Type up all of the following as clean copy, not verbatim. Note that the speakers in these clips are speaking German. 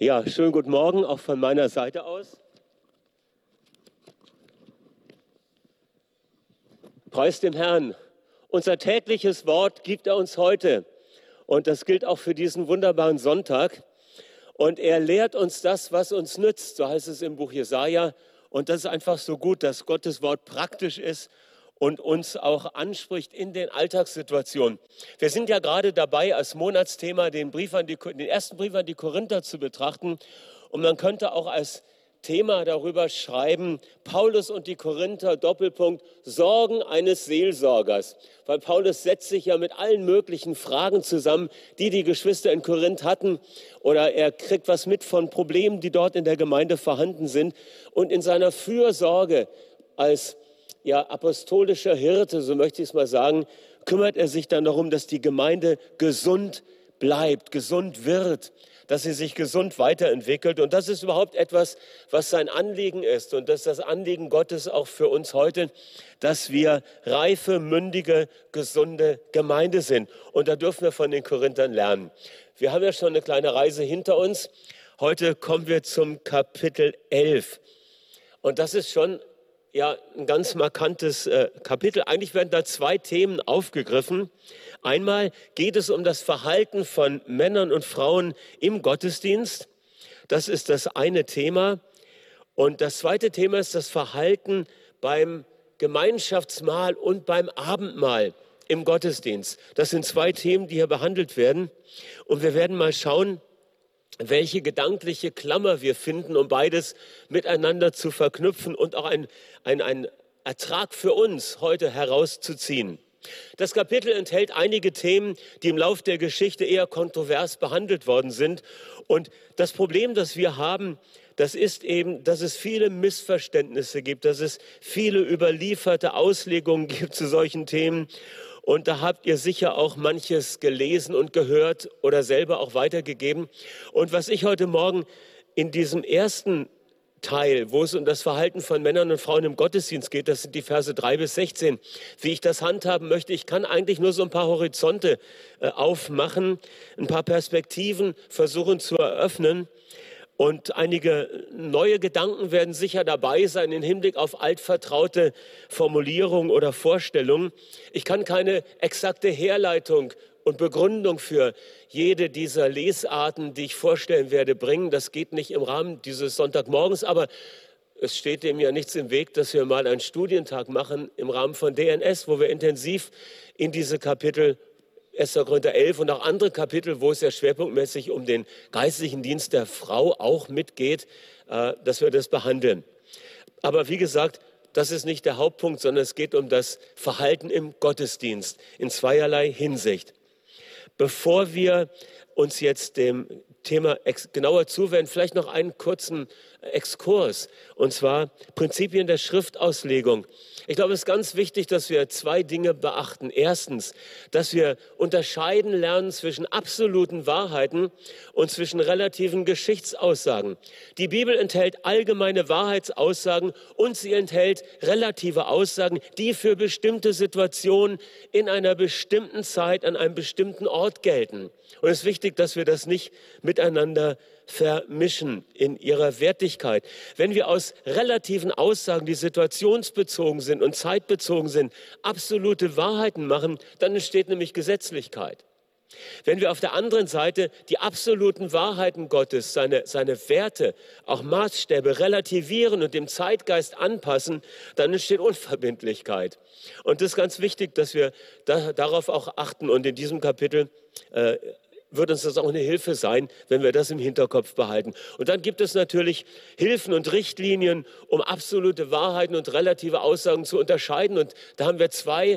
Ja, schönen guten Morgen auch von meiner Seite aus. Preis dem Herrn. Unser tägliches Wort gibt er uns heute. Und das gilt auch für diesen wunderbaren Sonntag. Und er lehrt uns das, was uns nützt. So heißt es im Buch Jesaja. Und das ist einfach so gut, dass Gottes Wort praktisch ist und uns auch anspricht in den Alltagssituationen. Wir sind ja gerade dabei, als Monatsthema den ersten Brief an die Korinther zu betrachten. Und man könnte auch als Thema darüber schreiben, Paulus und die Korinther, Doppelpunkt, Sorgen eines Seelsorgers. Weil Paulus setzt sich ja mit allen möglichen Fragen zusammen, die die Geschwister in Korinth hatten. Oder er kriegt was mit von Problemen, die dort in der Gemeinde vorhanden sind. Und in seiner Fürsorge als apostolischer Hirte, so möchte ich es mal sagen, kümmert er sich dann darum, dass die Gemeinde gesund bleibt, gesund wird, dass sie sich gesund weiterentwickelt. Und das ist überhaupt etwas, was sein Anliegen ist. Und das ist das Anliegen Gottes auch für uns heute, dass wir reife, mündige, gesunde Gemeinde sind. Und da dürfen wir von den Korinthern lernen. Wir haben ja schon eine kleine Reise hinter uns. Heute kommen wir zum Kapitel 11. Und das ist schon ein ganz markantes Kapitel. Eigentlich werden da zwei Themen aufgegriffen. Einmal geht es um das Verhalten von Männern und Frauen im Gottesdienst. Das ist das eine Thema. Und das zweite Thema ist das Verhalten beim Gemeinschaftsmahl und beim Abendmahl im Gottesdienst. Das sind zwei Themen, die hier behandelt werden. Und wir werden mal schauen, welche gedankliche Klammer wir finden, um beides miteinander zu verknüpfen und auch einen Ertrag für uns heute herauszuziehen. Das Kapitel enthält einige Themen, die im Lauf der Geschichte eher kontrovers behandelt worden sind. Und das Problem, das wir haben, das ist eben, dass es viele Missverständnisse gibt, dass es viele überlieferte Auslegungen gibt zu solchen Themen. Und da habt ihr sicher auch manches gelesen und gehört oder selber auch weitergegeben. Und was ich heute Morgen in diesem ersten Teil, wo es um das Verhalten von Männern und Frauen im Gottesdienst geht, das sind die Verse 3 bis 16, wie ich das handhaben möchte. Ich kann eigentlich nur so ein paar Horizonte aufmachen, ein paar Perspektiven versuchen zu eröffnen. Und einige neue Gedanken werden sicher dabei sein im Hinblick auf altvertraute Formulierungen oder Vorstellungen. Ich kann keine exakte Herleitung und Begründung für jede dieser Lesarten, die ich vorstellen werde, bringen. Das geht nicht im Rahmen dieses Sonntagmorgens, aber es steht dem ja nichts im Weg, dass wir mal einen Studientag machen im Rahmen von DNS, wo wir intensiv in diese Kapitel 1. Korinther 11 und auch andere Kapitel, wo es ja schwerpunktmäßig um den geistlichen Dienst der Frau auch mitgeht, dass wir das behandeln. Aber wie gesagt, das ist nicht der Hauptpunkt, sondern es geht um das Verhalten im Gottesdienst in zweierlei Hinsicht. Bevor wir uns jetzt dem Thema genauer zuwenden, vielleicht noch einen kurzen Exkurs, und zwar Prinzipien der Schriftauslegung. Ich glaube, es ist ganz wichtig, dass wir zwei Dinge beachten. Erstens, dass wir unterscheiden lernen zwischen absoluten Wahrheiten und zwischen relativen Geschichtsaussagen. Die Bibel enthält allgemeine Wahrheitsaussagen und sie enthält relative Aussagen, die für bestimmte Situationen in einer bestimmten Zeit an einem bestimmten Ort gelten. Und es ist wichtig, dass wir das nicht miteinander vermischen in ihrer Wertigkeit. Wenn wir aus relativen Aussagen, die situationsbezogen sind und zeitbezogen sind, absolute Wahrheiten machen, dann entsteht nämlich Gesetzlichkeit. Wenn wir auf der anderen Seite die absoluten Wahrheiten Gottes, seine Werte, auch Maßstäbe relativieren und dem Zeitgeist anpassen, dann entsteht Unverbindlichkeit. Und das ist ganz wichtig, dass wir darauf auch achten. Und in diesem Kapitel wird uns das auch eine Hilfe sein, wenn wir das im Hinterkopf behalten. Und dann gibt es natürlich Hilfen und Richtlinien, um absolute Wahrheiten und relative Aussagen zu unterscheiden. Und da haben wir zwei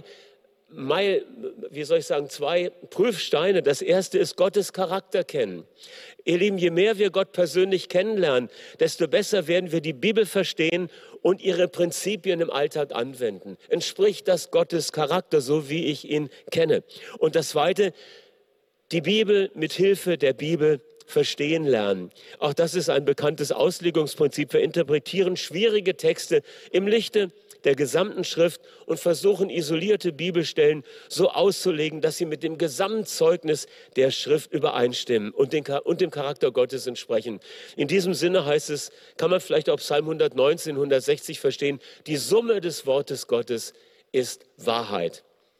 Prüfsteine. Das erste ist Gottes Charakter kennen. Ihr Lieben, je mehr wir Gott persönlich kennenlernen, desto besser werden wir die Bibel verstehen und ihre Prinzipien im Alltag anwenden. Entspricht das Gottes Charakter, so wie ich ihn kenne? Und das zweite, die Bibel mit Hilfe der Bibel verstehen lernen. Auch das ist ein bekanntes Auslegungsprinzip. Wir interpretieren schwierige Texte im Lichte der gesamten Schrift und versuchen, isolierte Bibelstellen so auszulegen, dass sie mit dem Gesamtzeugnis der Schrift übereinstimmen und dem Charakter Gottes entsprechen. In diesem Sinne heißt es, kann man vielleicht auch Psalm 119, 160 verstehen, die Summe des Wortes Gottes ist Wahrheit.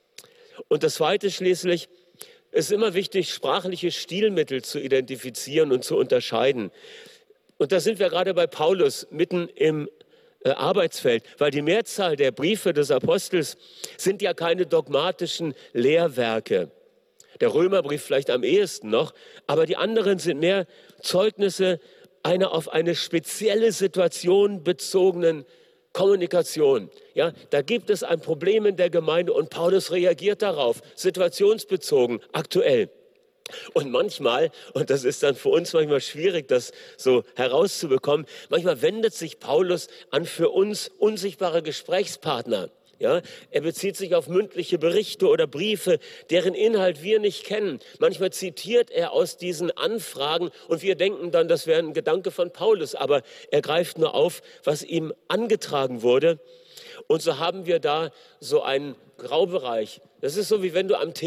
Und das Zweite schließlich, es ist immer wichtig, sprachliche Stilmittel zu identifizieren und zu unterscheiden. Und da sind wir gerade bei Paulus mitten im Arbeitsfeld, weil die Mehrzahl der Briefe des Apostels sind ja keine dogmatischen Lehrwerke. Der Römerbrief vielleicht am ehesten noch, aber die anderen sind mehr Zeugnisse einer auf eine spezielle Situation bezogenen Kommunikation. Ja, da gibt es ein Problem in der Gemeinde und Paulus reagiert darauf, situationsbezogen, aktuell. Und manchmal, und das ist dann für uns manchmal schwierig, das so herauszubekommen, manchmal wendet sich Paulus an für uns unsichtbare Gesprächspartner. Ja, er bezieht sich auf mündliche Berichte oder Briefe, deren Inhalt wir nicht kennen. Manchmal zitiert er aus diesen Anfragen und wir denken dann, das wäre ein Gedanke von Paulus, aber er greift nur auf, was ihm angetragen wurde. Und so haben wir da so einen Graubereich. Das ist so, wie wenn du am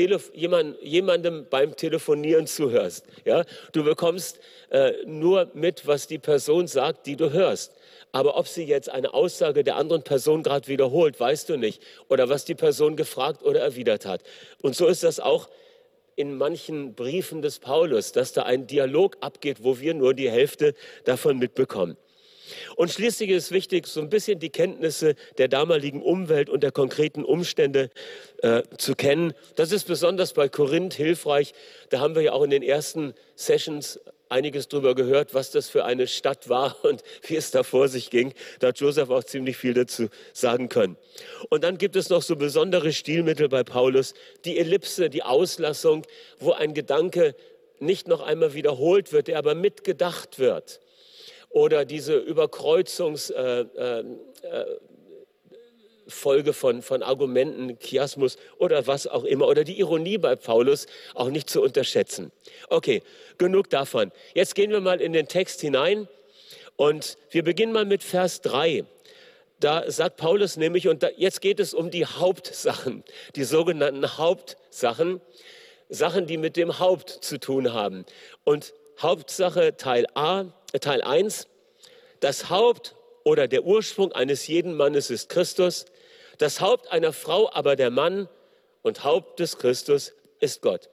jemandem beim Telefonieren zuhörst. Ja? Du bekommst nur mit, was die Person sagt, die du hörst. Aber ob sie jetzt eine Aussage der anderen Person gerade wiederholt, weißt du nicht. Oder was die Person gefragt oder erwidert hat. Und so ist das auch in manchen Briefen des Paulus, dass da ein Dialog abgeht, wo wir nur die Hälfte davon mitbekommen. Und schließlich ist wichtig, so ein bisschen die Kenntnisse der damaligen Umwelt und der konkreten Umstände zu kennen. Das ist besonders bei Korinth hilfreich. Da haben wir ja auch in den ersten Sessions einiges darüber gehört, was das für eine Stadt war und wie es da vor sich ging. Da hat Joseph auch ziemlich viel dazu sagen können. Und dann gibt es noch so besondere Stilmittel bei Paulus, die Ellipse, die Auslassung, wo ein Gedanke nicht noch einmal wiederholt wird, der aber mitgedacht wird. Oder diese Überkreuzungsfolge von Argumenten, Chiasmus oder was auch immer. Oder die Ironie bei Paulus auch nicht zu unterschätzen. Okay, genug davon. Jetzt gehen wir mal in den Text hinein und wir beginnen mal mit Vers 3. Da sagt Paulus nämlich, jetzt geht es um die Hauptsachen, die sogenannten Hauptsachen, Sachen, die mit dem Haupt zu tun haben. Und Hauptsache Teil 1, das Haupt oder der Ursprung eines jeden Mannes ist Christus, das Haupt einer Frau aber der Mann und Haupt des Christus ist Gott.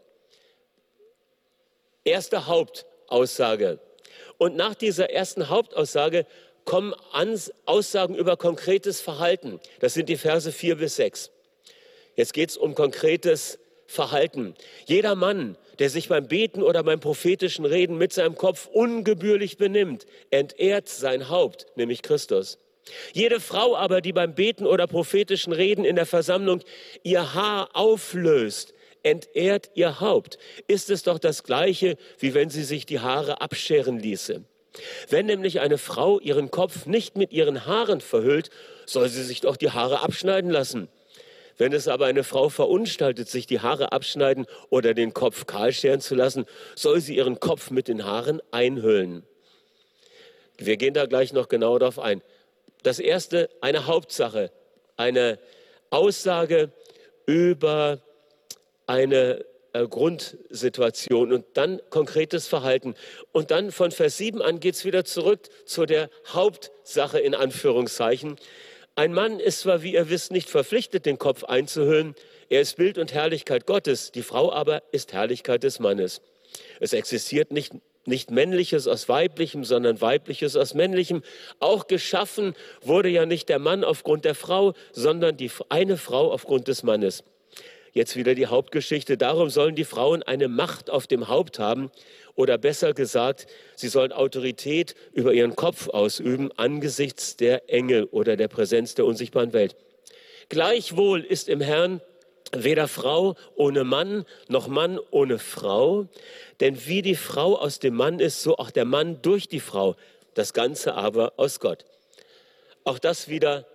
Erste Hauptaussage. Und nach dieser ersten Hauptaussage kommen Aussagen über konkretes Verhalten. Das sind die Verse 4 bis 6. Jetzt geht es um konkretes Verhalten. Jeder Mann, der sich beim Beten oder beim prophetischen Reden mit seinem Kopf ungebührlich benimmt, entehrt sein Haupt, nämlich Christus. Jede Frau aber, die beim Beten oder prophetischen Reden in der Versammlung ihr Haar auflöst, entehrt ihr Haupt. Ist es doch das Gleiche, wie wenn sie sich die Haare abscheren ließe. Wenn nämlich eine Frau ihren Kopf nicht mit ihren Haaren verhüllt, soll sie sich doch die Haare abschneiden lassen. Wenn es aber eine Frau verunstaltet, sich die Haare abschneiden oder den Kopf kahl scheren zu lassen, soll sie ihren Kopf mit den Haaren einhüllen. Wir gehen da gleich noch genauer darauf ein. Das erste, eine Hauptsache, eine Aussage über eine Grundsituation und dann konkretes Verhalten. Und dann von Vers 7 an geht es wieder zurück zu der Hauptsache in Anführungszeichen. Ein Mann ist zwar, wie ihr wisst, nicht verpflichtet, den Kopf einzuhüllen. Er ist Bild und Herrlichkeit Gottes. Die Frau aber ist Herrlichkeit des Mannes. Es existiert nicht Männliches aus Weiblichem, sondern Weibliches aus Männlichem. Auch geschaffen wurde ja nicht der Mann aufgrund der Frau, sondern eine Frau aufgrund des Mannes. Jetzt wieder die Hauptgeschichte. Darum sollen die Frauen eine Macht auf dem Haupt haben. Oder besser gesagt, sie sollen Autorität über ihren Kopf ausüben angesichts der Engel oder der Präsenz der unsichtbaren Welt. Gleichwohl ist im Herrn weder Frau ohne Mann, noch Mann ohne Frau. Denn wie die Frau aus dem Mann ist, so auch der Mann durch die Frau. Das Ganze aber aus Gott. Auch das wieder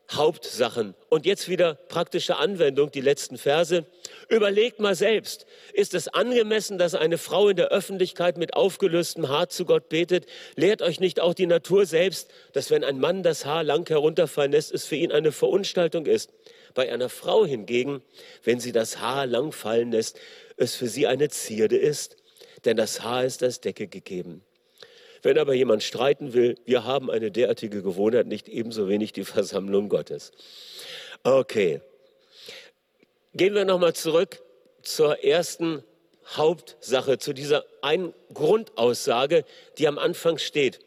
Hauptsachen. Und jetzt wieder praktische Anwendung, die letzten Verse. Überlegt mal selbst, ist es angemessen, dass eine Frau in der Öffentlichkeit mit aufgelöstem Haar zu Gott betet? Lehrt euch nicht auch die Natur selbst, dass wenn ein Mann das Haar lang herunterfallen lässt, es für ihn eine Verunstaltung ist? Bei einer Frau hingegen, wenn sie das Haar lang fallen lässt, es für sie eine Zierde ist, denn das Haar ist als Decke gegeben. Wenn aber jemand streiten will, wir haben eine derartige Gewohnheit, nicht ebenso wenig die Versammlung Gottes. Okay, gehen wir nochmal zurück zur ersten Hauptsache, zu dieser einen Grundaussage, die am Anfang steht.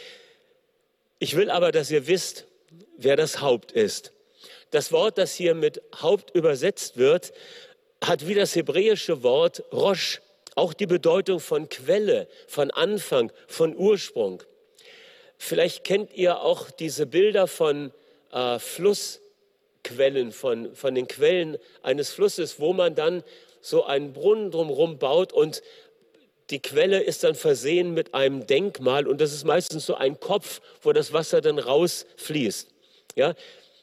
Ich will aber, dass ihr wisst, wer das Haupt ist. Das Wort, das hier mit Haupt übersetzt wird, hat wie das hebräische Wort Rosh auch die Bedeutung von Quelle, von Anfang, von Ursprung. Vielleicht kennt ihr auch diese Bilder von Flussquellen, von den Quellen eines Flusses, wo man dann so einen Brunnen drumherum baut und die Quelle ist dann versehen mit einem Denkmal und das ist meistens so ein Kopf, wo das Wasser dann rausfließt. Ja?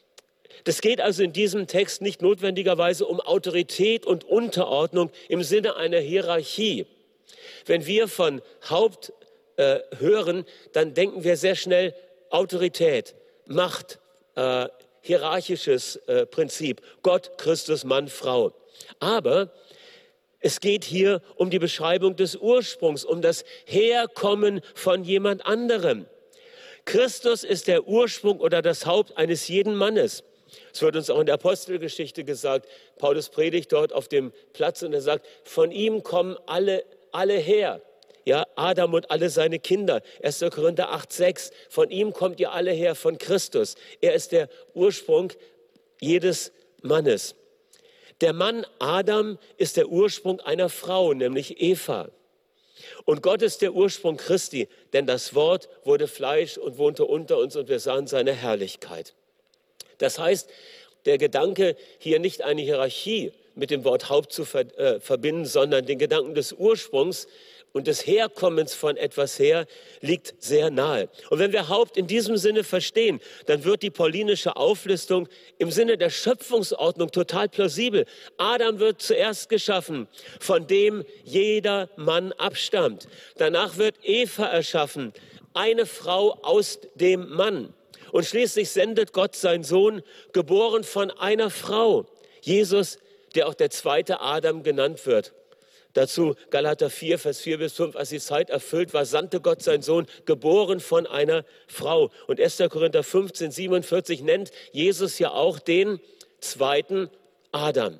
Das geht also in diesem Text nicht notwendigerweise um Autorität und Unterordnung im Sinne einer Hierarchie. Wenn wir von Haupt hören, dann denken wir sehr schnell Autorität, Macht, hierarchisches Prinzip, Gott, Christus, Mann, Frau. Aber es geht hier um die Beschreibung des Ursprungs, um das Herkommen von jemand anderem. Christus ist der Ursprung oder das Haupt eines jeden Mannes. Es wird uns auch in der Apostelgeschichte gesagt, Paulus predigt dort auf dem Platz und er sagt, von ihm kommen alle her. Ja, Adam und alle seine Kinder. 1. Korinther 8,6, von ihm kommt ihr alle her, von Christus. Er ist der Ursprung jedes Mannes. Der Mann Adam ist der Ursprung einer Frau, nämlich Eva. Und Gott ist der Ursprung Christi, denn das Wort wurde Fleisch und wohnte unter uns und wir sahen seine Herrlichkeit. Das heißt, der Gedanke, hier nicht eine Hierarchie mit dem Wort Haupt zu verbinden, sondern den Gedanken des Ursprungs und des Herkommens von etwas her, liegt sehr nahe. Und wenn wir Haupt in diesem Sinne verstehen, dann wird die paulinische Auflistung im Sinne der Schöpfungsordnung total plausibel. Adam wird zuerst geschaffen, von dem jeder Mann abstammt. Danach wird Eva erschaffen, eine Frau aus dem Mann. Und schließlich sendet Gott seinen Sohn, geboren von einer Frau, Jesus, der auch der zweite Adam genannt wird. Dazu Galater 4, Vers 4 bis 5, als die Zeit erfüllt war, sandte Gott seinen Sohn, geboren von einer Frau. Und 1. Korinther 15, 47 nennt Jesus ja auch den zweiten Adam.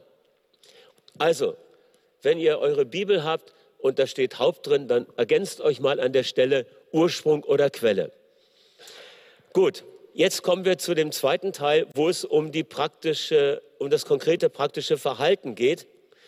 Also, wenn ihr eure Bibel habt und da steht Haupt drin, dann ergänzt euch mal an der Stelle Ursprung oder Quelle. Gut. Jetzt kommen wir zu dem zweiten Teil, wo es um das konkrete praktische Verhalten geht.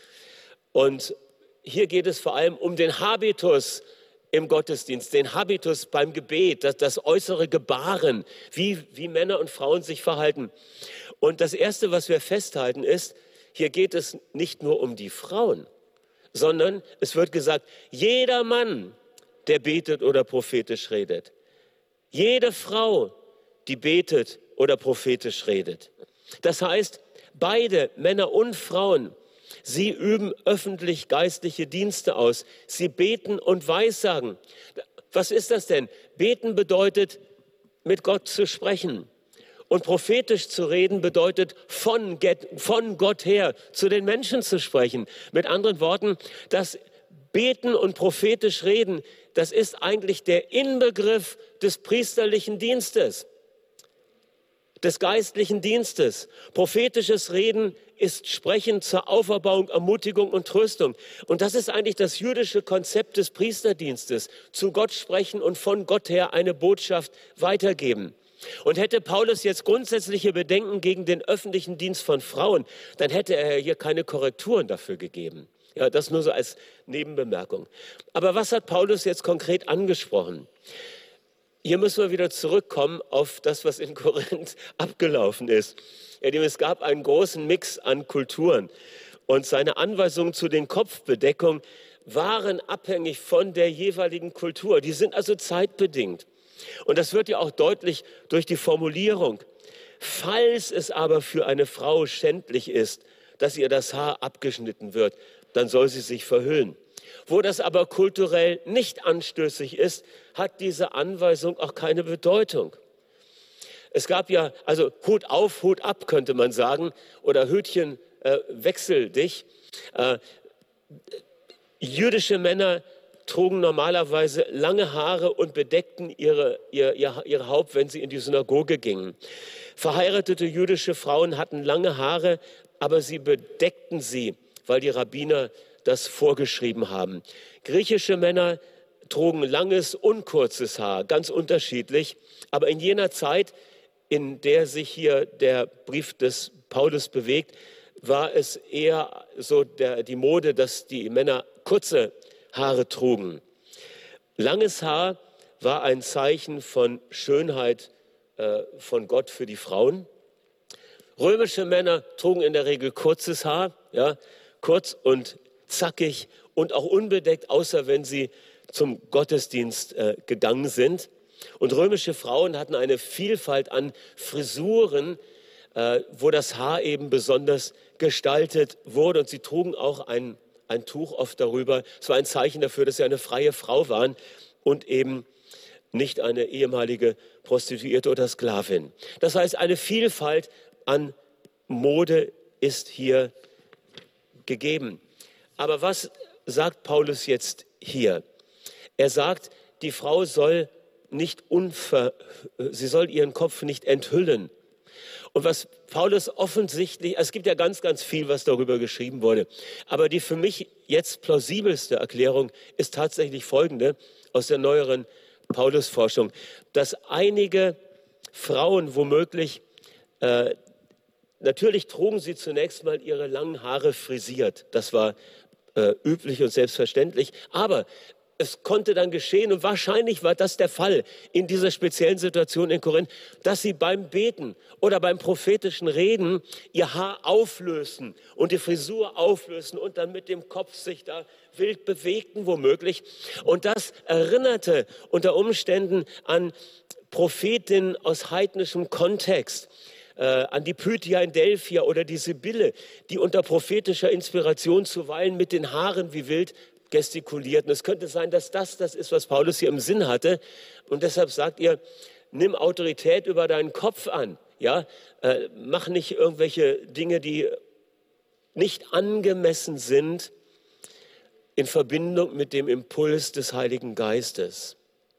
Und hier geht es vor allem um den Habitus im Gottesdienst, den Habitus beim Gebet, das äußere Gebaren, wie Männer und Frauen sich verhalten. Und das Erste, was wir festhalten, ist, hier geht es nicht nur um die Frauen, sondern es wird gesagt, jeder Mann, der betet oder prophetisch redet, jede Frau, die betet oder prophetisch redet. Das heißt, beide, Männer und Frauen, sie üben öffentlich geistliche Dienste aus. Sie beten und weissagen. Was ist das denn? Beten bedeutet, mit Gott zu sprechen. Und prophetisch zu reden bedeutet, von Gott her zu den Menschen zu sprechen. Mit anderen Worten, das Beten und prophetisch reden, das ist eigentlich der Inbegriff des priesterlichen Dienstes, des geistlichen Dienstes. Prophetisches Reden ist Sprechen zur Auferbauung, Ermutigung und Tröstung. Und das ist eigentlich das jüdische Konzept des Priesterdienstes. Zu Gott sprechen und von Gott her eine Botschaft weitergeben. Und hätte Paulus jetzt grundsätzliche Bedenken gegen den öffentlichen Dienst von Frauen, dann hätte er hier keine Korrekturen dafür gegeben. Ja, das nur so als Nebenbemerkung. Aber was hat Paulus jetzt konkret angesprochen? Hier müssen wir wieder zurückkommen auf das, was in Korinth abgelaufen ist. Ja, es gab einen großen Mix an Kulturen und seine Anweisungen zu den Kopfbedeckungen waren abhängig von der jeweiligen Kultur. Die sind also zeitbedingt. Und das wird ja auch deutlich durch die Formulierung. Falls es aber für eine Frau schändlich ist, dass ihr das Haar abgeschnitten wird, dann soll sie sich verhüllen. Wo das aber kulturell nicht anstößig ist, hat diese Anweisung auch keine Bedeutung. Es gab ja, also Hut auf, Hut ab, könnte man sagen, oder Hütchen, wechsel dich. Jüdische Männer trugen normalerweise lange Haare und bedeckten ihr Haupt, wenn sie in die Synagoge gingen. Verheiratete jüdische Frauen hatten lange Haare, aber sie bedeckten sie, weil die Rabbiner das vorgeschrieben haben. Griechische Männer trugen langes und kurzes Haar, ganz unterschiedlich. Aber in jener Zeit, in der sich hier der Brief des Paulus bewegt, war es eher so die Mode, dass die Männer kurze Haare trugen. Langes Haar war ein Zeichen von Schönheit von Gott für die Frauen. Römische Männer trugen in der Regel kurzes Haar, ja, kurz und zackig und auch unbedeckt, außer wenn sie zum Gottesdienst gegangen sind. Und römische Frauen hatten eine Vielfalt an Frisuren, wo das Haar eben besonders gestaltet wurde. Und sie trugen auch ein Tuch oft darüber. Es war ein Zeichen dafür, dass sie eine freie Frau waren und eben nicht eine ehemalige Prostituierte oder Sklavin. Das heißt, eine Vielfalt an Mode ist hier gegeben. Aber was sagt Paulus jetzt hier? Er sagt, die Frau soll sie soll ihren Kopf nicht enthüllen. Und was Paulus offensichtlich, es gibt ja ganz, ganz viel, was darüber geschrieben wurde. Aber die für mich jetzt plausibelste Erklärung ist tatsächlich folgende aus der neueren Paulus-Forschung, dass einige Frauen womöglich, natürlich trugen sie zunächst mal ihre langen Haare frisiert. Das war üblich und selbstverständlich. Aber es konnte dann geschehen, und wahrscheinlich war das der Fall in dieser speziellen Situation in Korinth, dass sie beim Beten oder beim prophetischen Reden ihr Haar auflösten und die Frisur auflösten und dann mit dem Kopf sich da wild bewegten womöglich. Und das erinnerte unter Umständen an Prophetinnen aus heidnischem Kontext, an die Pythia in Delphia oder die Sibylle, die unter prophetischer Inspiration zuweilen mit den Haaren wie wild gestikulierten. Es könnte sein, dass das ist, was Paulus hier im Sinn hatte. Und deshalb sagt ihr, nimm Autorität über deinen Kopf an. Ja? Mach nicht irgendwelche Dinge, die nicht angemessen sind in Verbindung mit dem Impuls des Heiligen Geistes.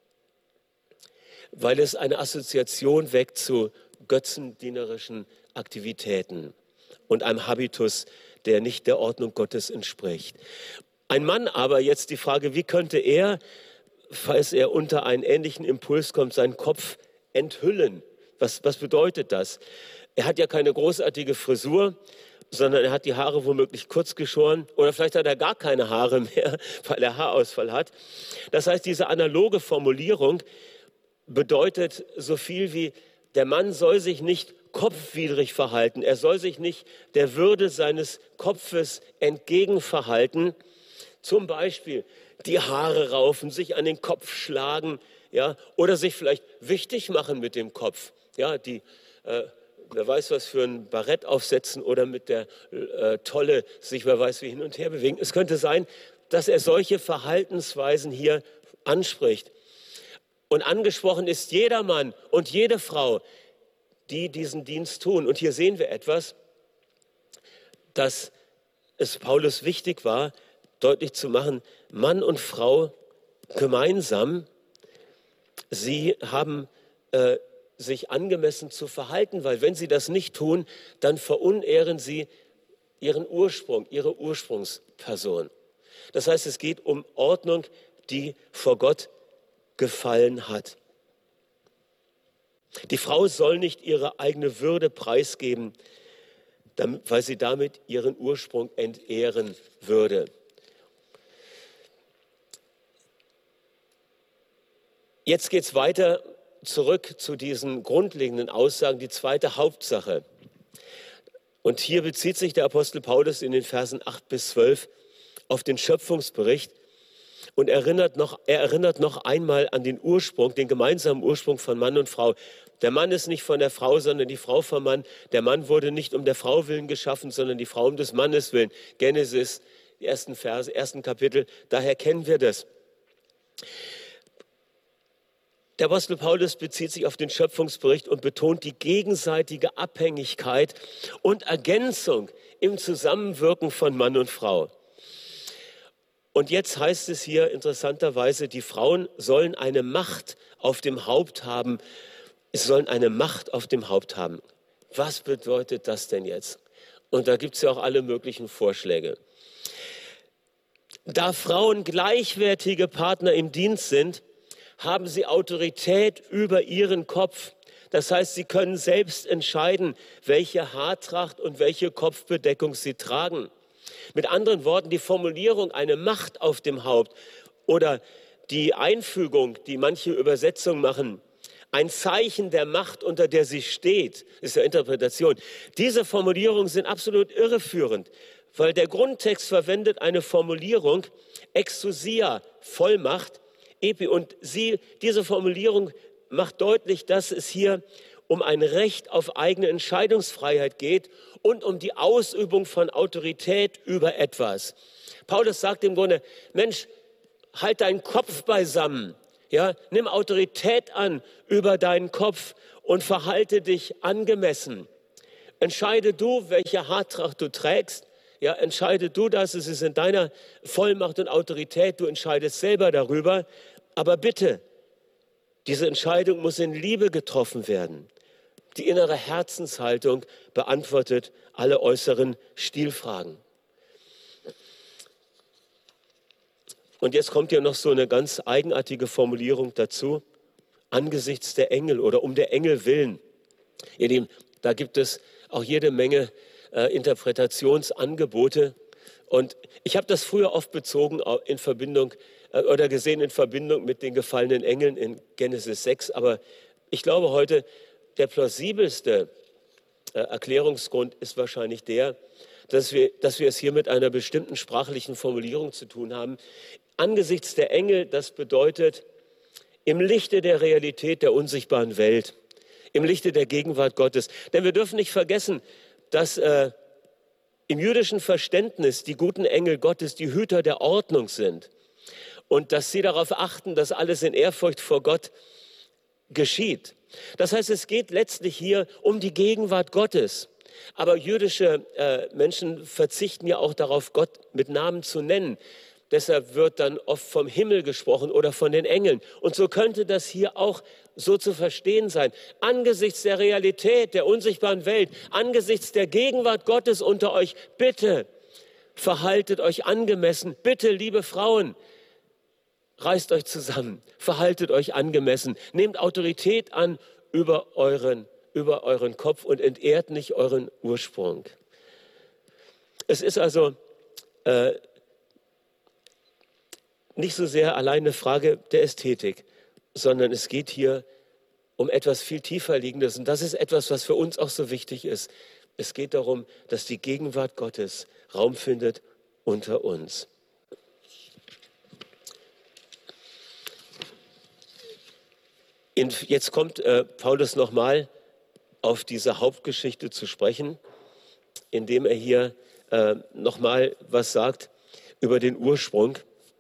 Weil es eine Assoziation weckt zu götzendienerischen Aktivitäten und einem Habitus, der nicht der Ordnung Gottes entspricht. Ein Mann aber, jetzt die Frage, wie könnte er, falls er unter einen ähnlichen Impuls kommt, seinen Kopf enthüllen? Was bedeutet das? Er hat ja keine großartige Frisur, sondern er hat die Haare womöglich kurz geschoren oder vielleicht hat er gar keine Haare mehr, weil er Haarausfall hat. Das heißt, diese analoge Formulierung bedeutet so viel wie, der Mann soll sich nicht kopfwidrig verhalten, er soll sich nicht der Würde seines Kopfes entgegenverhalten, zum Beispiel die Haare raufen, sich an den Kopf schlagen, ja, oder sich vielleicht wichtig machen mit dem Kopf, ja, wer weiß was für ein Barett aufsetzen oder mit der Tolle sich wer weiß wie hin und her bewegen. Es könnte sein, dass er solche Verhaltensweisen hier anspricht. Und angesprochen ist jeder Mann und jede Frau, die diesen Dienst tun. Und hier sehen wir etwas, dass es Paulus wichtig war, deutlich zu machen, Mann und Frau gemeinsam, sie haben sich angemessen zu verhalten, weil wenn sie das nicht tun, dann verunehren sie ihren Ursprung, ihre Ursprungsperson. Das heißt, es geht um Ordnung, die vor Gott gefallen hat. Die Frau soll nicht ihre eigene Würde preisgeben, weil sie damit ihren Ursprung entehren würde. Jetzt geht es weiter zurück zu diesen grundlegenden Aussagen, die zweite Hauptsache. Und hier bezieht sich der Apostel Paulus in den Versen 8 bis 12 auf den Schöpfungsbericht. und er erinnert noch einmal an den Ursprung, den gemeinsamen Ursprung von Mann und Frau. Der Mann ist nicht von der Frau, sondern die Frau vom Mann. Der Mann wurde nicht um der Frau willen geschaffen, sondern die Frau um des Mannes willen. Genesis, die ersten Verse, ersten Kapitel, daher kennen wir das. Der Apostel Paulus bezieht sich auf den Schöpfungsbericht und betont die gegenseitige Abhängigkeit und Ergänzung im Zusammenwirken von Mann und Frau. Und jetzt heißt es hier interessanterweise, die Frauen sollen eine Macht auf dem Haupt haben. Sie sollen eine Macht auf dem Haupt haben. Was bedeutet das denn jetzt? Und da gibt es ja auch alle möglichen Vorschläge. Da Frauen gleichwertige Partner im Dienst sind, haben sie Autorität über ihren Kopf. Das heißt, sie können selbst entscheiden, welche Haartracht und welche Kopfbedeckung sie tragen. Mit anderen Worten, die Formulierung eine Macht auf dem Haupt oder die Einfügung, die manche Übersetzungen machen, ein Zeichen der Macht, unter der sie steht, ist ja Interpretation. Diese Formulierungen sind absolut irreführend, weil der Grundtext verwendet eine Formulierung, Exousia, Vollmacht, Epi. Und diese Formulierung macht deutlich, dass es hier um ein Recht auf eigene Entscheidungsfreiheit geht und um die Ausübung von Autorität über etwas. Paulus sagt im Grunde, Mensch, halt deinen Kopf beisammen. Ja, nimm Autorität an über deinen Kopf und verhalte dich angemessen. Entscheide du, welche Haartracht du trägst. Ja, entscheide du das, es ist in deiner Vollmacht und Autorität, du entscheidest selber darüber. Aber bitte, diese Entscheidung muss in Liebe getroffen werden. Die innere Herzenshaltung beantwortet alle äußeren Stilfragen. Und jetzt kommt ja noch so eine ganz eigenartige Formulierung dazu. Angesichts der Engel oder um der Engel willen. Ihr Lieben, da gibt es auch jede Menge Interpretationsangebote. Und ich habe das früher oft bezogen in Verbindung oder gesehen in Verbindung mit den gefallenen Engeln in Genesis 6. Aber ich glaube heute, der plausibelste Erklärungsgrund ist wahrscheinlich der, dass wir es hier mit einer bestimmten sprachlichen Formulierung zu tun haben. Angesichts der Engel, das bedeutet im Lichte der Realität der unsichtbaren Welt, im Lichte der Gegenwart Gottes. Denn wir dürfen nicht vergessen, dass im jüdischen Verständnis die guten Engel Gottes die Hüter der Ordnung sind und dass sie darauf achten, dass alles in Ehrfurcht vor Gott geschieht. Das heißt, es geht letztlich hier um die Gegenwart Gottes. Aber jüdische Menschen verzichten ja auch darauf, Gott mit Namen zu nennen. Deshalb wird dann oft vom Himmel gesprochen oder von den Engeln. Und so könnte das hier auch so zu verstehen sein. Angesichts der Realität der unsichtbaren Welt, angesichts der Gegenwart Gottes unter euch, bitte verhaltet euch angemessen. Bitte, liebe Frauen, reißt euch zusammen, verhaltet euch angemessen. Nehmt Autorität an über euren Kopf und entehrt nicht euren Ursprung. Es ist also nicht so sehr allein eine Frage der Ästhetik, sondern es geht hier um etwas viel tiefer Liegendes. Und das ist etwas, was für uns auch so wichtig ist. Es geht darum, dass die Gegenwart Gottes Raum findet unter uns. Jetzt kommt Paulus nochmal auf diese Hauptgeschichte zu sprechen, indem er hier nochmal was sagt über den Ursprung.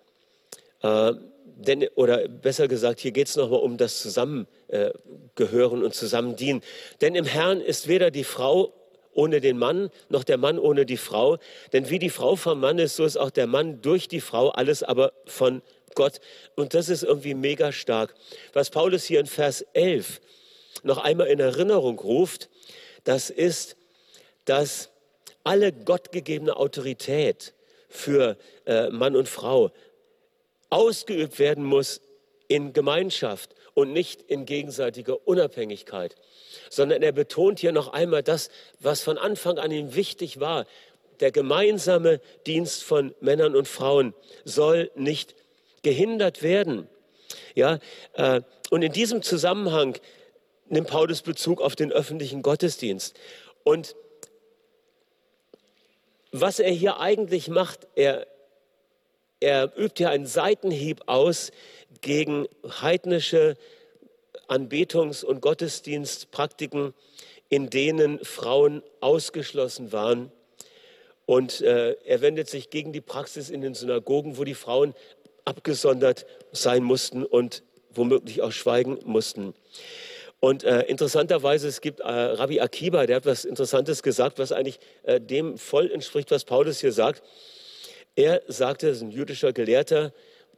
Oder besser gesagt, hier geht es nochmal um das Zusammengehören und Zusammendienen. Denn im Herrn ist weder die Frau ohne den Mann, noch der Mann ohne die Frau. Denn wie die Frau vom Mann ist, so ist auch der Mann durch die Frau, alles aber von Gott. Und das ist irgendwie mega stark. Was Paulus hier in Vers 11 noch einmal in Erinnerung ruft, das ist, dass alle gottgegebene Autorität für Mann und Frau ausgeübt werden muss in Gemeinschaft und nicht in gegenseitiger Unabhängigkeit, sondern er betont hier noch einmal das, was von Anfang an ihm wichtig war. Der gemeinsame Dienst von Männern und Frauen soll nicht gehindert werden. Ja, und in diesem Zusammenhang nimmt Paulus Bezug auf den öffentlichen Gottesdienst. Und was er hier eigentlich macht, er er übt hier einen Seitenhieb aus gegen heidnische Anbetungs- und Gottesdienstpraktiken, in denen Frauen ausgeschlossen waren. Und er wendet sich gegen die Praxis in den Synagogen, wo die Frauen abgesondert sein mussten und womöglich auch schweigen mussten. Und interessanterweise, es gibt Rabbi Akiba, der hat was Interessantes gesagt, was eigentlich dem voll entspricht, was Paulus hier sagt. Er sagte, das ist ein jüdischer Gelehrter,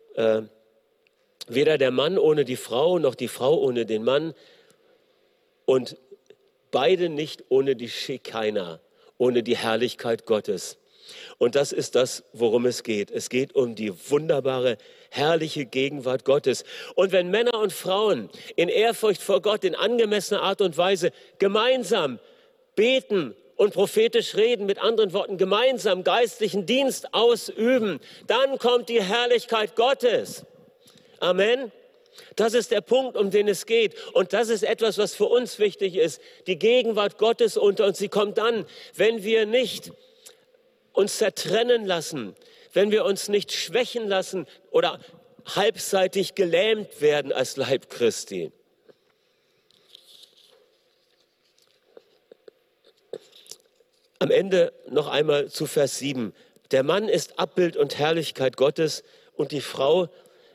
weder der Mann ohne die Frau, noch die Frau ohne den Mann und beide nicht ohne die Schekina, ohne die Herrlichkeit Gottes. Und das ist das, worum es geht. Es geht um die wunderbare, herrliche Gegenwart Gottes. Und wenn Männer und Frauen in Ehrfurcht vor Gott in angemessener Art und Weise gemeinsam beten und prophetisch reden, mit anderen Worten, gemeinsam geistlichen Dienst ausüben, dann kommt die Herrlichkeit Gottes. Amen. Das ist der Punkt, um den es geht. Und das ist etwas, was für uns wichtig ist. Die Gegenwart Gottes unter uns, sie kommt dann, wenn wir nicht uns zertrennen lassen, wenn wir uns nicht schwächen lassen oder halbseitig gelähmt werden als Leib Christi. Am Ende noch einmal zu Vers 7. Der Mann ist Abbild und Herrlichkeit Gottes und die Frau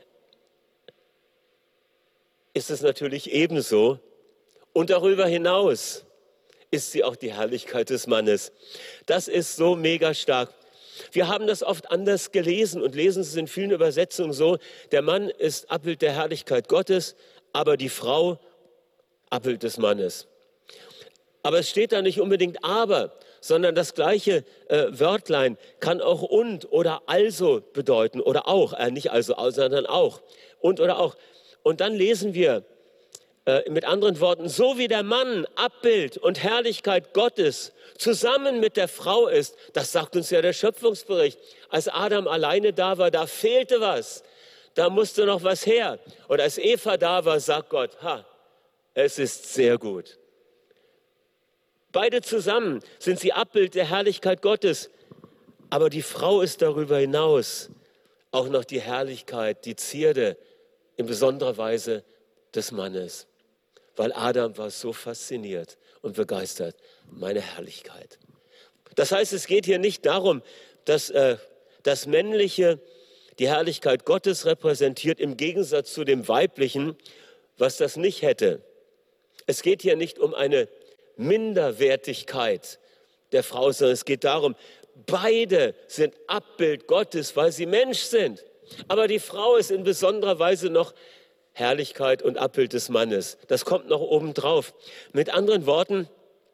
ist es natürlich ebenso. Und darüber hinaus ist sie auch die Herrlichkeit des Mannes. Das ist so mega stark. Wir haben das oft anders gelesen und lesen es in vielen Übersetzungen so, der Mann ist Abbild der Herrlichkeit Gottes, aber die Frau Abbild des Mannes. Aber es steht da nicht unbedingt aber, sondern das gleiche Wörtlein kann auch und oder also bedeuten oder auch, nicht also, sondern auch und oder auch. Und dann lesen wir mit anderen Worten, so wie der Mann Abbild und Herrlichkeit Gottes zusammen mit der Frau ist, das sagt uns ja der Schöpfungsbericht. Als Adam alleine da war, da fehlte was, da musste noch was her. Und als Eva da war, sagt Gott, es ist sehr gut. Beide zusammen sind sie Abbild der Herrlichkeit Gottes, aber die Frau ist darüber hinaus auch noch die Herrlichkeit, die Zierde in besonderer Weise des Mannes. Weil Adam war so fasziniert und begeistert, meine Herrlichkeit. Das heißt, es geht hier nicht darum, dass das Männliche die Herrlichkeit Gottes repräsentiert, im Gegensatz zu dem Weiblichen, was das nicht hätte. Es geht hier nicht um eine Minderwertigkeit der Frau, sondern es geht darum, beide sind Abbild Gottes, weil sie Mensch sind. Aber die Frau ist in besonderer Weise noch Herrlichkeit und Abbild des Mannes. Das kommt noch obendrauf. Mit anderen Worten,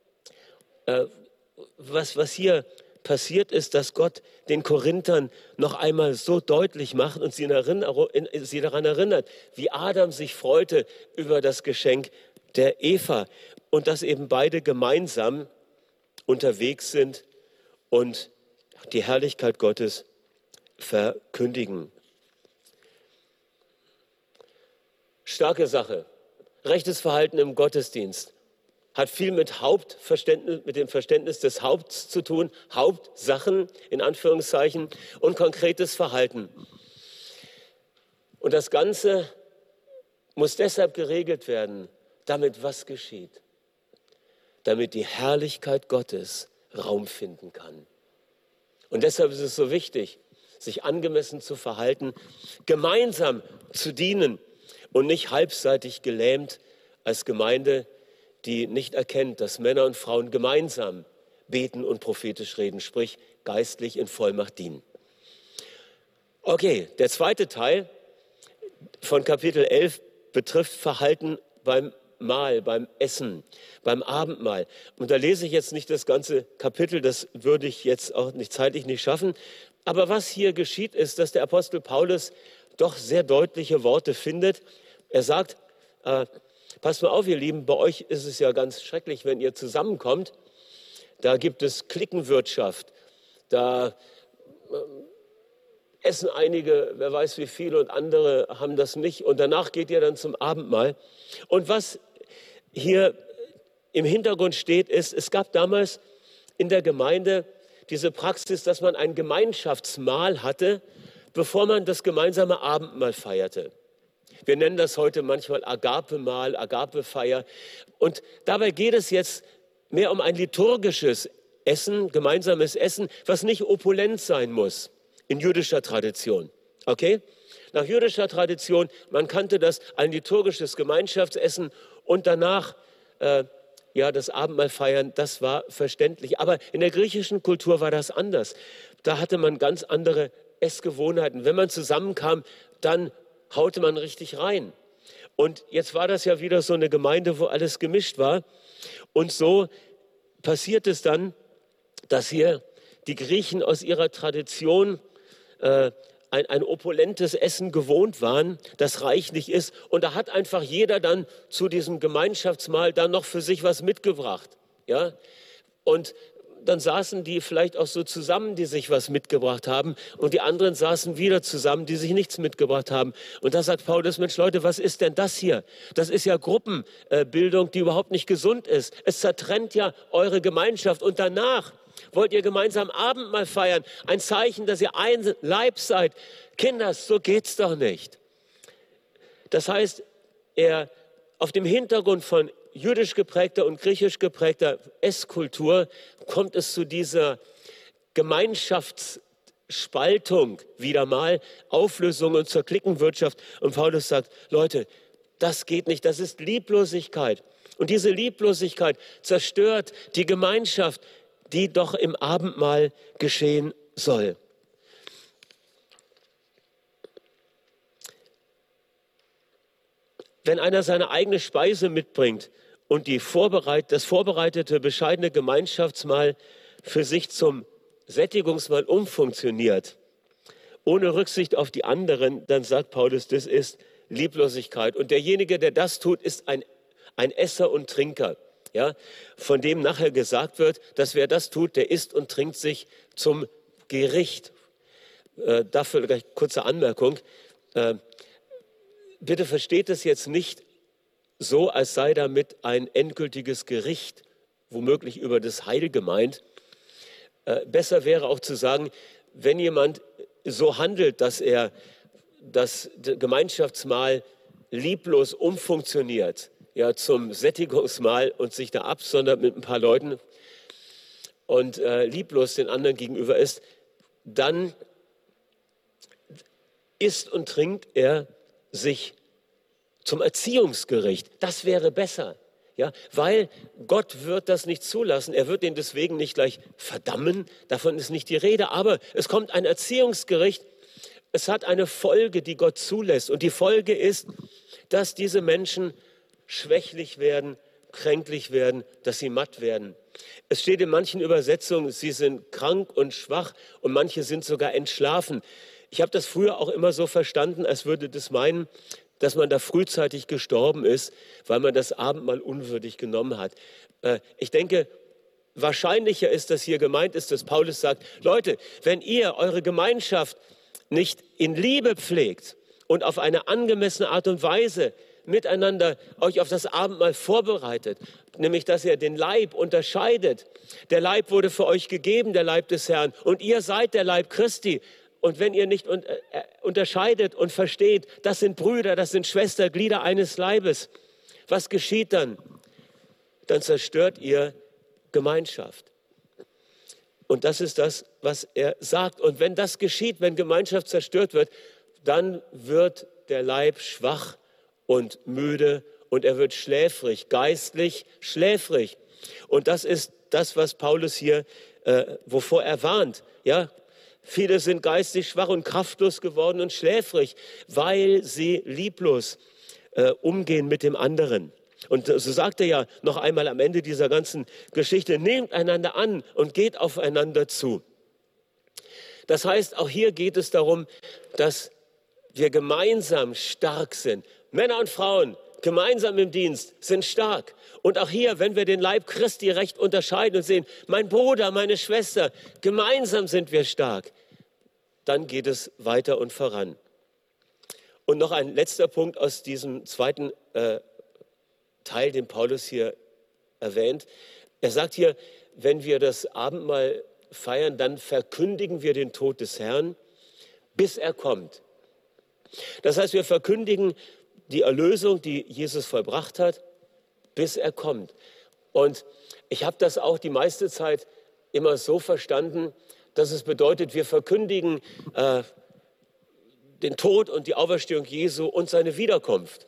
was hier passiert ist, dass Gott den Korinthern noch einmal so deutlich macht und sie daran erinnert, wie Adam sich freute über das Geschenk der Eva und dass eben beide gemeinsam unterwegs sind und die Herrlichkeit Gottes verkündigen. Starke Sache. Rechtes Verhalten im Gottesdienst hat viel mit dem Verständnis des Haupts zu tun, Hauptsachen in Anführungszeichen und konkretes Verhalten. Und das Ganze muss deshalb geregelt werden, damit was geschieht? Damit die Herrlichkeit Gottes Raum finden kann. Und deshalb ist es so wichtig, sich angemessen zu verhalten, gemeinsam zu dienen und nicht halbseitig gelähmt als Gemeinde, die nicht erkennt, dass Männer und Frauen gemeinsam beten und prophetisch reden, sprich geistlich in Vollmacht dienen. Okay, der zweite Teil von Kapitel 11 betrifft Verhalten beim Mahl, beim Essen, beim Abendmahl. Und da lese ich jetzt nicht das ganze Kapitel, das würde ich jetzt auch zeitlich nicht schaffen. Aber was hier geschieht, ist, dass der Apostel Paulus doch sehr deutliche Worte findet. Er sagt, passt mal auf, ihr Lieben, bei euch ist es ja ganz schrecklich, wenn ihr zusammenkommt. Da gibt es Cliquenwirtschaft. Da essen einige, wer weiß wie viel, und andere haben das nicht. Und danach geht ihr dann zum Abendmahl. Und was hier im Hintergrund steht, ist, es gab damals in der Gemeinde diese Praxis, dass man ein Gemeinschaftsmahl hatte bevor man das gemeinsame Abendmahl feierte. Wir nennen das heute manchmal Agape-Mahl, Agape-Feier. Und dabei geht es jetzt mehr um ein liturgisches Essen, gemeinsames Essen, was nicht opulent sein muss in jüdischer Tradition. Okay? Nach jüdischer Tradition, man kannte das, ein liturgisches Gemeinschaftsessen und danach das Abendmahl feiern, das war verständlich. Aber in der griechischen Kultur war das anders. Da hatte man ganz andere Essgewohnheiten. Wenn man zusammenkam, dann haute man richtig rein. Und jetzt war das ja wieder so eine Gemeinde, wo alles gemischt war. Und so passiert es dass hier die Griechen aus ihrer Tradition ein opulentes Essen gewohnt waren, das reichlich ist. Und da hat einfach jeder dann zu diesem Gemeinschaftsmahl dann noch für sich was mitgebracht. Ja? Und dann saßen die vielleicht auch so zusammen, die sich was mitgebracht haben. Und die anderen saßen wieder zusammen, die sich nichts mitgebracht haben. Und da sagt Paulus, Mensch Leute, was ist denn das hier? Das ist ja Gruppenbildung, die überhaupt nicht gesund ist. Es zertrennt ja eure Gemeinschaft. Und danach wollt ihr gemeinsam Abendmahl feiern. Ein Zeichen, dass ihr ein Leib seid. Kinder, so geht's doch nicht. Das heißt, auf dem Hintergrund von jüdisch geprägter und griechisch geprägter Esskultur kommt es zu dieser Gemeinschaftsspaltung wieder mal, Auflösung und zur Cliquenwirtschaft. Und Paulus sagt, Leute, das geht nicht, das ist Lieblosigkeit. Und diese Lieblosigkeit zerstört die Gemeinschaft, die doch im Abendmahl geschehen soll. Wenn einer seine eigene Speise mitbringt und das vorbereitete, bescheidene Gemeinschaftsmahl für sich zum Sättigungsmahl umfunktioniert, ohne Rücksicht auf die anderen, dann sagt Paulus, das ist Lieblosigkeit. Und derjenige, der das tut, ist ein Esser und Trinker. Ja, von dem nachher gesagt wird, dass wer das tut, der isst und trinkt sich zum Gericht. Dafür gleich kurze Anmerkung. Bitte versteht es jetzt nicht so, als sei damit ein endgültiges Gericht, womöglich über das Heil gemeint. Besser wäre auch zu sagen, wenn jemand so handelt, dass er das Gemeinschaftsmahl lieblos umfunktioniert, ja, zum Sättigungsmahl und sich da absondert mit ein paar Leuten und lieblos den anderen gegenüber ist, dann isst und trinkt er sich zum Erziehungsgericht. Das wäre besser, ja, weil Gott wird das nicht zulassen. Er wird ihn deswegen nicht gleich verdammen, davon ist nicht die Rede, aber es kommt ein Erziehungsgericht. Es hat eine Folge, die Gott zulässt und die Folge ist, dass diese Menschen schwächlich werden, kränklich werden, dass sie matt werden. Es steht in manchen Übersetzungen, sie sind krank und schwach und manche sind sogar entschlafen. Ich habe das früher auch immer so verstanden, als würde das meinen, dass man da frühzeitig gestorben ist, weil man das Abendmahl unwürdig genommen hat. Ich denke, wahrscheinlicher ist, dass hier gemeint ist, dass Paulus sagt, Leute, wenn ihr eure Gemeinschaft nicht in Liebe pflegt und auf eine angemessene Art und Weise miteinander euch auf das Abendmahl vorbereitet, nämlich dass ihr den Leib unterscheidet. Der Leib wurde für euch gegeben, der Leib des Herrn, und ihr seid der Leib Christi. Und wenn ihr nicht unterscheidet und versteht, das sind Brüder, das sind Schwestern, Glieder eines Leibes, was geschieht dann? Dann zerstört ihr Gemeinschaft. Und das ist das, was er sagt. Und wenn das geschieht, wenn Gemeinschaft zerstört wird, dann wird der Leib schwach und müde und er wird schläfrig, geistlich schläfrig. Und das ist das, was Paulus hier, wovor er warnt. Ja, viele sind geistig schwach und kraftlos geworden und schläfrig, weil sie lieblos umgehen mit dem anderen. Und so sagt er ja noch einmal am Ende dieser ganzen Geschichte, nehmt einander an und geht aufeinander zu. Das heißt, auch hier geht es darum, dass wir gemeinsam stark sind. Männer und Frauen gemeinsam im Dienst sind stark. Und auch hier, wenn wir den Leib Christi recht unterscheiden und sehen, mein Bruder, meine Schwester, gemeinsam sind wir stark, dann geht es weiter und voran. Und noch ein letzter Punkt aus diesem zweiten Teil, den Paulus hier erwähnt. Er sagt hier, wenn wir das Abendmahl feiern, dann verkündigen wir den Tod des Herrn. bis er kommt. Das heißt, wir verkündigen die Erlösung, die Jesus vollbracht hat, bis er kommt. Und ich habe das auch die meiste Zeit immer so verstanden, dass es bedeutet, wir verkündigen den Tod und die Auferstehung Jesu und seine Wiederkunft.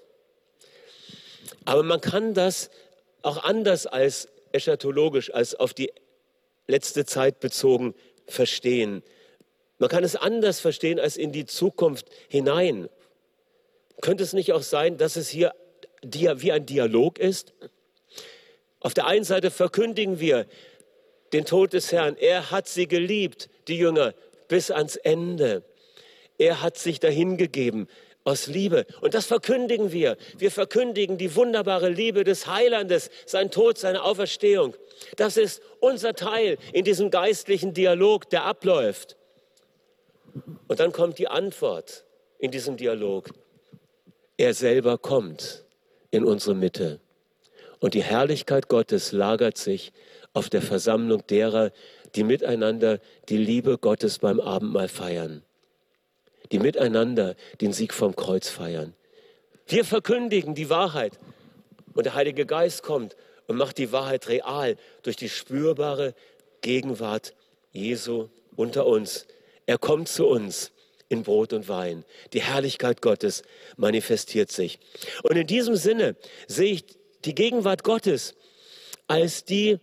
Aber man kann das auch anders als eschatologisch, als auf die letzte Zeit bezogen verstehen. Man kann es anders verstehen als in die Zukunft hinein. Könnte es nicht auch sein, dass es hier wie ein Dialog ist? Auf der einen Seite verkündigen wir den Tod des Herrn. Er hat sie geliebt, die Jünger, bis ans Ende. Er hat sich dahingegeben aus Liebe. Und das verkündigen wir. Wir verkündigen die wunderbare Liebe des Heilandes, sein Tod, seine Auferstehung. Das ist unser Teil in diesem geistlichen Dialog, der abläuft. Und dann kommt die Antwort in diesem Dialog. Er selber kommt in unsere Mitte. Und die Herrlichkeit Gottes lagert sich auf der Versammlung derer, die miteinander die Liebe Gottes beim Abendmahl feiern. Die miteinander den Sieg vom Kreuz feiern. Wir verkündigen die Wahrheit. Und der Heilige Geist kommt und macht die Wahrheit real durch die spürbare Gegenwart Jesu unter uns. Er kommt zu uns in Brot und Wein. Die Herrlichkeit Gottes manifestiert sich. Und in diesem Sinne sehe ich die Gegenwart Gottes als die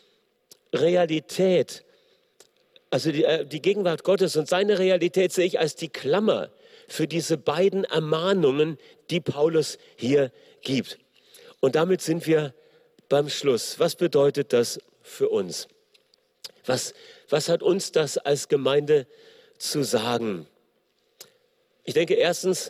Realität, also die Gegenwart Gottes und seine Realität sehe ich als die Klammer für diese beiden Ermahnungen, die Paulus hier gibt. Und damit sind wir beim Schluss. Was bedeutet das für uns? Was hat uns das als Gemeinde zu sagen? Ich denke, erstens,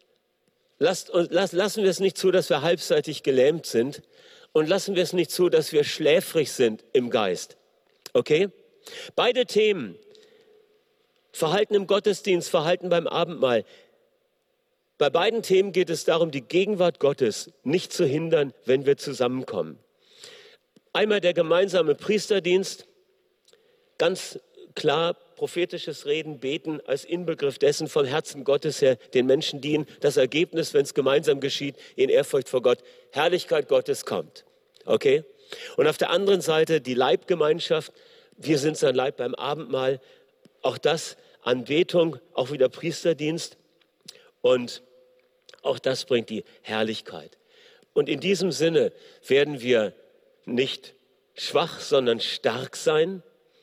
lassen wir es nicht zu, dass wir halbseitig gelähmt sind und lassen wir es nicht zu, dass wir schläfrig sind im Geist. Okay? Beide Themen, Verhalten im Gottesdienst, Verhalten beim Abendmahl, bei beiden Themen geht es darum, die Gegenwart Gottes nicht zu hindern, wenn wir zusammenkommen. Einmal der gemeinsame Priesterdienst, ganz klar prophetisches Reden, Beten als Inbegriff dessen vom Herzen Gottes her den Menschen dienen. Das Ergebnis, wenn es gemeinsam geschieht, in Ehrfurcht vor Gott, Herrlichkeit Gottes kommt. Okay? Und auf der anderen Seite die Leibgemeinschaft, wir sind sein Leib beim Abendmahl, auch das Anbetung, auch wieder Priesterdienst und auch das bringt die Herrlichkeit. Und in diesem Sinne werden wir nicht schwach, sondern stark sein.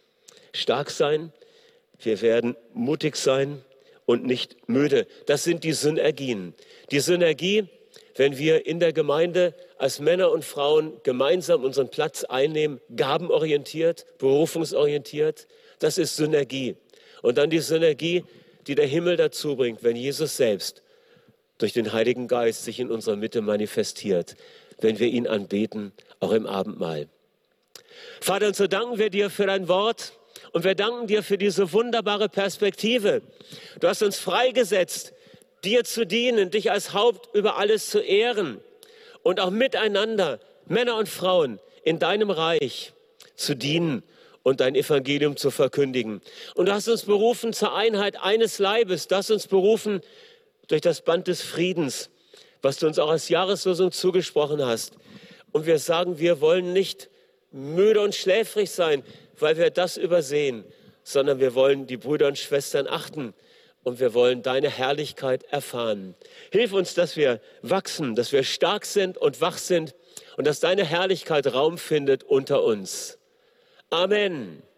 Wir werden mutig sein und nicht müde. Das sind die Synergien. Die Synergie, wenn wir in der Gemeinde als Männer und Frauen gemeinsam unseren Platz einnehmen, gabenorientiert, berufungsorientiert, das ist Synergie. Und dann die Synergie, die der Himmel dazu bringt, wenn Jesus selbst durch den Heiligen Geist sich in unserer Mitte manifestiert, wenn wir ihn anbeten, auch im Abendmahl. Vater, und so danken wir dir für dein Wort und wir danken dir für diese wunderbare Perspektive. Du hast uns freigesetzt, dir zu dienen, dich als Haupt über alles zu ehren und auch miteinander, Männer und Frauen, in deinem Reich zu dienen und dein Evangelium zu verkündigen. Und du hast uns berufen zur Einheit eines Leibes. Du hast uns berufen durch das Band des Friedens, was du uns auch als Jahreslosung zugesprochen hast. Und wir sagen, wir wollen nicht müde und schläfrig sein, weil wir das übersehen, sondern wir wollen die Brüder und Schwestern achten und wir wollen deine Herrlichkeit erfahren. Hilf uns, dass wir wachsen, dass wir stark sind und wach sind und dass deine Herrlichkeit Raum findet unter uns. Amen.